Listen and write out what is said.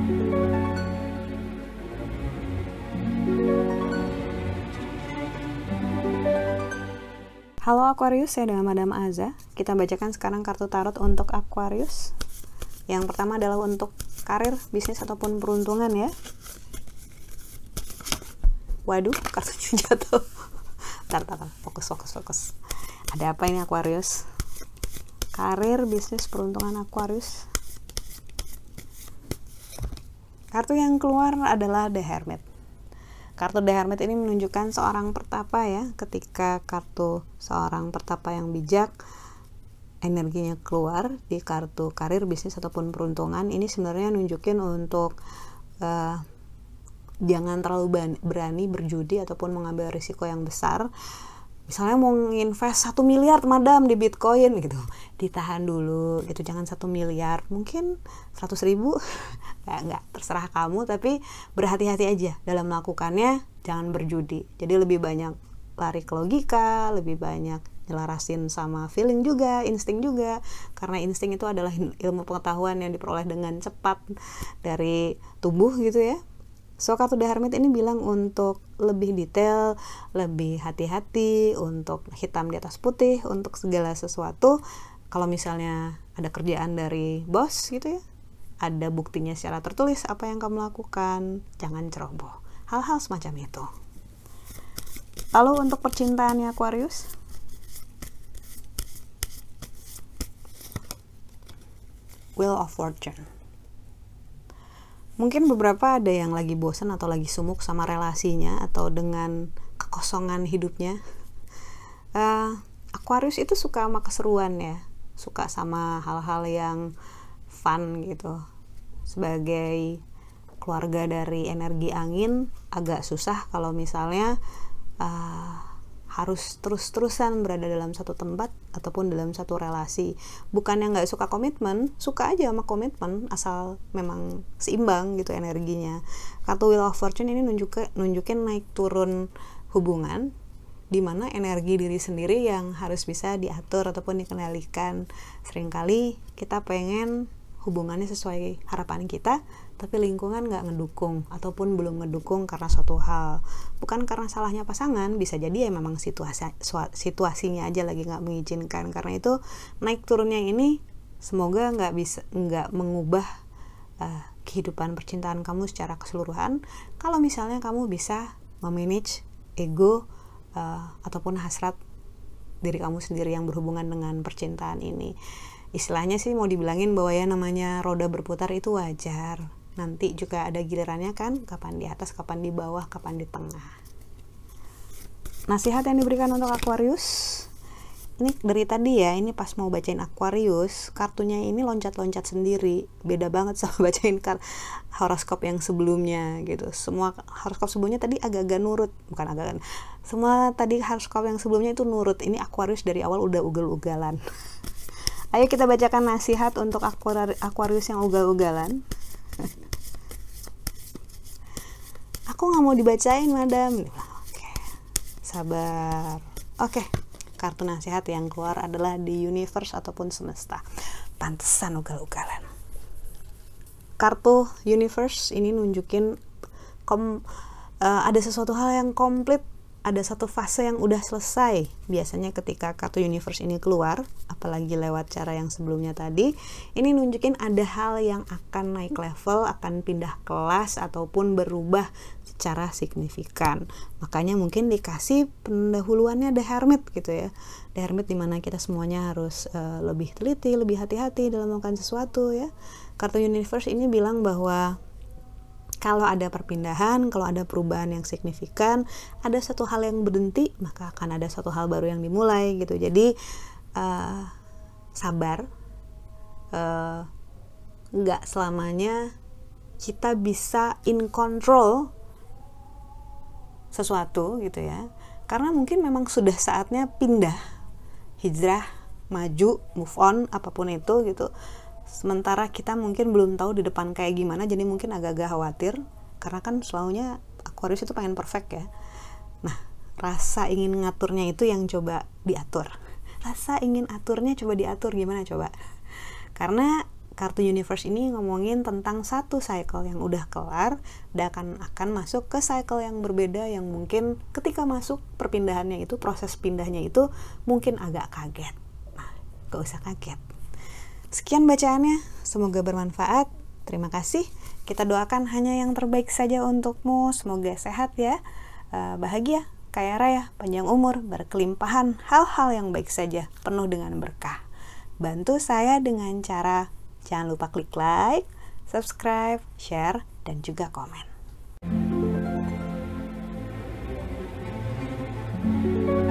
Halo Aquarius, saya dengan Madam Aza. Kita bacakan sekarang kartu tarot untuk Aquarius. Yang pertama adalah untuk karir, bisnis, ataupun peruntungan ya. Waduh, kartunya jatuh. Bentar, fokus. Ada apa ini Aquarius? Karir, bisnis, peruntungan Aquarius. Kartu yang keluar adalah The Hermit. Kartu The Hermit ini menunjukkan seorang pertapa ya. Ketika kartu seorang pertapa yang bijak energinya keluar di kartu karir, bisnis, ataupun peruntungan, ini sebenarnya nunjukin untuk jangan terlalu berani berjudi ataupun mengambil risiko yang besar. Misalnya mau nginvest 1 miliar madam di Bitcoin gitu, ditahan dulu gitu, jangan 1 miliar, mungkin 100.000 nggak, terserah kamu, tapi berhati-hati aja dalam melakukannya, jangan berjudi. Jadi lebih banyak lari ke logika, lebih banyak nyelarasin sama feeling juga, insting juga, karena insting itu adalah ilmu pengetahuan yang diperoleh dengan cepat dari tubuh gitu ya. So kartu The Hermit ini bilang untuk lebih detail, lebih hati-hati, untuk hitam di atas putih, untuk segala sesuatu. Kalau misalnya ada kerjaan dari bos gitu ya, ada buktinya secara tertulis apa yang kamu lakukan, jangan ceroboh. Hal-hal semacam itu. Lalu untuk percintaannya Aquarius, Wheel of Fortune. Mungkin beberapa ada yang lagi bosan atau lagi sumuk sama relasinya atau dengan kekosongan hidupnya. Aquarius itu suka sama keseruan ya, suka sama hal-hal yang fun gitu. Sebagai keluarga dari energi angin, agak susah kalau misalnya harus terus-terusan berada dalam satu tempat ataupun dalam satu relasi. Bukannya nggak suka komitmen, suka aja sama komitmen, asal memang seimbang gitu energinya. Kartu Wheel of Fortune ini nunjukin naik turun hubungan, dimana energi diri sendiri yang harus bisa diatur ataupun dikendalikan. Seringkali kita pengen hubungannya sesuai harapan kita, tapi lingkungan nggak ngedukung ataupun belum ngedukung karena suatu hal. Bukan karena salahnya pasangan, bisa jadi ya memang situasinya aja lagi nggak mengizinkan. Karena itu naik turunnya ini semoga nggak mengubah kehidupan percintaan kamu secara keseluruhan. Kalau misalnya kamu bisa memanage ego ataupun hasrat diri kamu sendiri yang berhubungan dengan percintaan ini. Istilahnya sih mau dibilangin bahwa ya namanya roda berputar itu wajar. Nanti juga ada gilirannya kan, kapan di atas, kapan di bawah, kapan di tengah. Nasihat yang diberikan untuk Aquarius, ini dari tadi ya, ini pas mau bacain Aquarius, kartunya ini loncat-loncat sendiri. Beda banget sama bacain horoskop yang sebelumnya gitu. Semua horoskop sebelumnya tadi agak-agak nurut, bukan agak-agak. Semua tadi horoskop yang sebelumnya itu nurut. Ini Aquarius dari awal udah ugal-ugalan. Ayo kita bacakan nasihat untuk Aquarius yang ugal-ugalan. Aku gak mau dibacain madam. Oke, sabar. Oke, kartu nasihat yang keluar adalah The Universe ataupun semesta. Pantesan ugal-ugalan. Kartu Universe ini nunjukin ada sesuatu hal yang komplit, ada satu fase yang udah selesai. Biasanya ketika kartu Universe ini keluar, apalagi lewat cara yang sebelumnya tadi, ini nunjukin ada hal yang akan naik level, akan pindah kelas ataupun berubah secara signifikan. Makanya mungkin dikasih pendahuluannya The Hermit gitu ya. The Hermit dimana kita semuanya harus lebih teliti, lebih hati-hati dalam melakukan sesuatu ya. Kartu Universe ini bilang bahwa kalau ada perpindahan, kalau ada perubahan yang signifikan, ada satu hal yang berhenti, maka akan ada satu hal baru yang dimulai gitu. Jadi sabar, nggak selamanya kita bisa in control sesuatu gitu ya. Karena mungkin memang sudah saatnya pindah, hijrah, maju, move on, apapun itu gitu. Sementara kita mungkin belum tahu di depan kayak gimana, jadi mungkin agak-agak khawatir karena kan selalunya Aquarius itu pengen perfect ya. Nah, rasa ingin ngaturnya itu yang coba diatur. Rasa ingin aturnya coba diatur, gimana coba? Karena kartu universe ini ngomongin tentang satu cycle yang udah kelar dan akan masuk ke cycle yang berbeda yang mungkin ketika masuk perpindahannya itu, proses pindahnya itu mungkin agak kaget. Nah, gak usah kaget. Sekian bacaannya, semoga bermanfaat. Terima kasih. Kita doakan hanya yang terbaik saja untukmu. Semoga sehat ya, bahagia, kaya raya, panjang umur, berkelimpahan, hal-hal yang baik saja, penuh dengan berkah. Bantu saya dengan cara jangan lupa klik like, subscribe, share, dan juga komen.